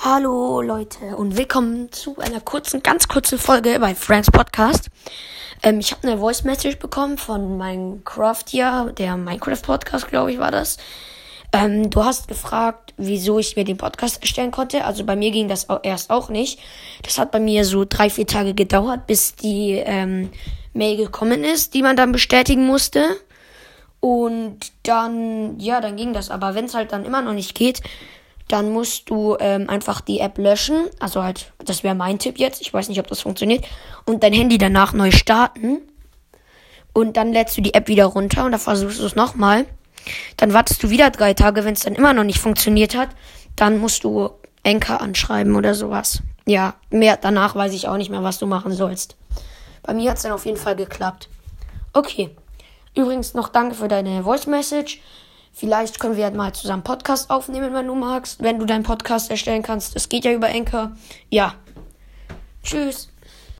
Hallo Leute und willkommen zu einer ganz kurzen Folge bei Friends Podcast. Ich habe eine Voice Message bekommen von Minecraft hier, der Minecraft Podcast, glaube ich, war das. Du hast gefragt, wieso ich mir den Podcast erstellen konnte. Also bei mir ging das erst auch nicht. Das hat bei mir so 3-4 Tage gedauert, bis die Mail gekommen ist, die man dann bestätigen musste. Und dann ging das. Aber wenn es halt dann immer noch nicht geht, dann musst du einfach die App löschen. Also halt, das wäre mein Tipp jetzt. Ich weiß nicht, ob das funktioniert. Und dein Handy danach neu starten. Und dann lädst du die App wieder runter und dann versuchst du es nochmal. Dann wartest du wieder 3 Tage, wenn es dann immer noch nicht funktioniert hat. Dann musst du Anchor anschreiben oder sowas. Ja, mehr danach weiß ich auch nicht mehr, was du machen sollst. Bei mir hat es dann auf jeden Fall geklappt. Okay. Übrigens noch danke für deine Voice Message. Vielleicht können wir mal zusammen Podcast aufnehmen, wenn du magst. Wenn du deinen Podcast erstellen kannst. Das geht ja über Anchor. Ja. Tschüss.